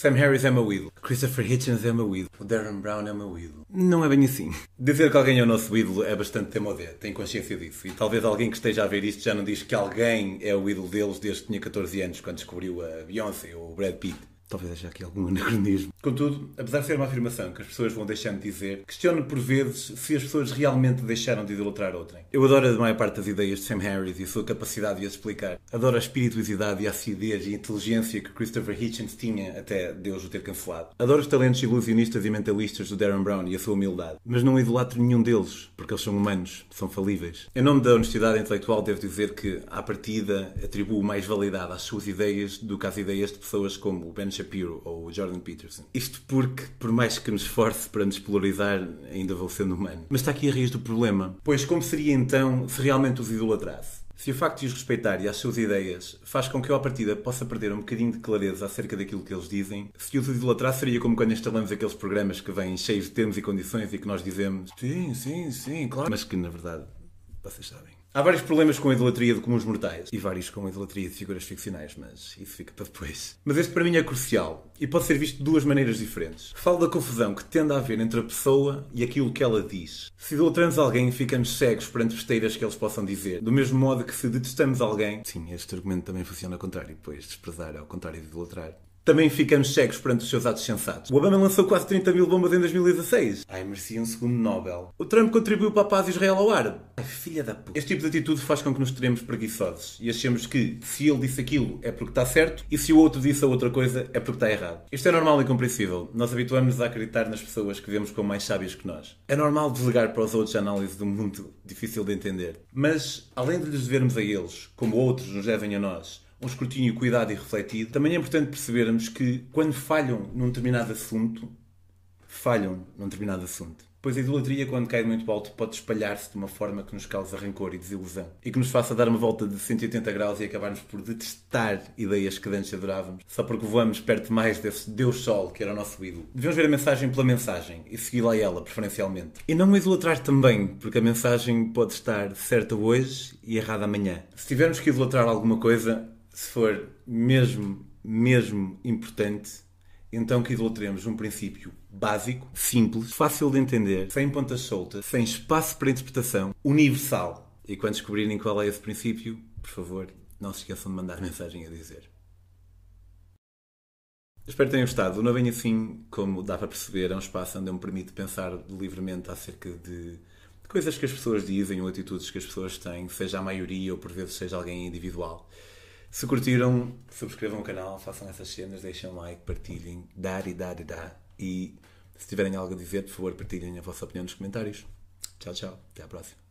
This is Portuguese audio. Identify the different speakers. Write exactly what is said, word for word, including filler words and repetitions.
Speaker 1: Sam Harris é meu ídolo. Christopher Hitchens é meu ídolo. O Darren Brown é meu ídolo. Não é bem assim. Dizer que alguém é o nosso ídolo é bastante temodé. Tem consciência disso. E talvez alguém que esteja a ver isto já não diz que alguém é o ídolo deles desde que tinha catorze anos, quando descobriu a Beyoncé ou o Brad Pitt. Talvez haja aqui algum anacronismo. Contudo, apesar de ser uma afirmação que as pessoas vão deixando de dizer, questiono por vezes se as pessoas realmente deixaram de idolatrar outrem. Eu adoro a maior parte das ideias de Sam Harris e a sua capacidade de as explicar. Adoro a espirituosidade e a acidez e a inteligência que Christopher Hitchens tinha até Deus o ter cancelado. Adoro os talentos ilusionistas e mentalistas do Darren Brown e a sua humildade. Mas não idolatro nenhum deles, porque eles são humanos, são falíveis. Em nome da honestidade intelectual, devo dizer que, à partida, atribuo mais validade às suas ideias do que às ideias de pessoas como o Ben Shapiro ou o Jordan Peterson. Isto porque, por mais que me esforce para nos polarizar, ainda vou sendo humano. Mas está aqui a raiz do problema. Pois como seria então se realmente os idolatrasse? Se o facto de os respeitar e as suas ideias faz com que eu à partida possa perder um bocadinho de clareza acerca daquilo que eles dizem, se os idolatrasse seria como quando instalamos aqueles programas que vêm cheios de termos e condições e que nós dizemos sim, sim, sim, claro, mas que na verdade, vocês sabem. Há vários problemas com a idolatria de comuns mortais e vários com a idolatria de figuras ficcionais, mas isso fica para depois. Mas este para mim é crucial e pode ser visto de duas maneiras diferentes. Falo da confusão que tende a haver entre a pessoa e aquilo que ela diz. Se idolatramos alguém, ficamos cegos perante besteiras que eles possam dizer. Do mesmo modo que se detestamos alguém... Sim, este argumento também funciona ao contrário, pois desprezar é ao contrário de idolatrar. Também ficamos cegos perante os seus atos sensatos. O Obama lançou quase trinta mil bombas em dois mil e dezasseis. Ai, merecia um segundo Nobel. O Trump contribuiu para a paz Israel ao árabe. Ai, filha da puta. Este tipo de atitude faz com que nos tornemos preguiçosos e achemos que se ele disse aquilo é porque está certo e se o outro disse a outra coisa é porque está errado. Isto é normal e compreensível. Nós habituamos-nos a acreditar nas pessoas que vemos como mais sábias que nós. É normal delegar para os outros a análise de um mundo difícil de entender. Mas, além de lhes devermos a eles, como outros nos devem a nós, um escrutínio cuidado e refletido, também é importante percebermos que, quando falham num determinado assunto, falham num determinado assunto. Pois a idolatria, quando cai muito alto, pode espalhar-se de uma forma que nos causa rancor e desilusão. E que nos faça dar uma volta de cento e oitenta graus e acabarmos por detestar ideias que antes adorávamos, só porque voamos perto mais desse Deus Sol, que era o nosso ídolo. Devemos ver a mensagem pela mensagem e segui-la a ela, preferencialmente. E não idolatrar também, porque a mensagem pode estar certa hoje e errada amanhã. Se tivermos que idolatrar alguma coisa, se for mesmo, mesmo importante, então que idolatremos um princípio básico, simples, fácil de entender, sem pontas soltas, sem espaço para interpretação, universal. E quando descobrirem qual é esse princípio, por favor, não se esqueçam de mandar mensagem a dizer. Espero que tenham gostado. O Não é bem assim, como dá para perceber, é um espaço onde eu me permito pensar livremente acerca de coisas que as pessoas dizem ou atitudes que as pessoas têm, seja a maioria ou por vezes seja alguém individual. Se curtiram, subscrevam o canal, façam essas cenas, deixem um like, partilhem, dar e dar e dar. E se tiverem algo a dizer, por favor, partilhem a vossa opinião nos comentários. Tchau, tchau. Até à próxima.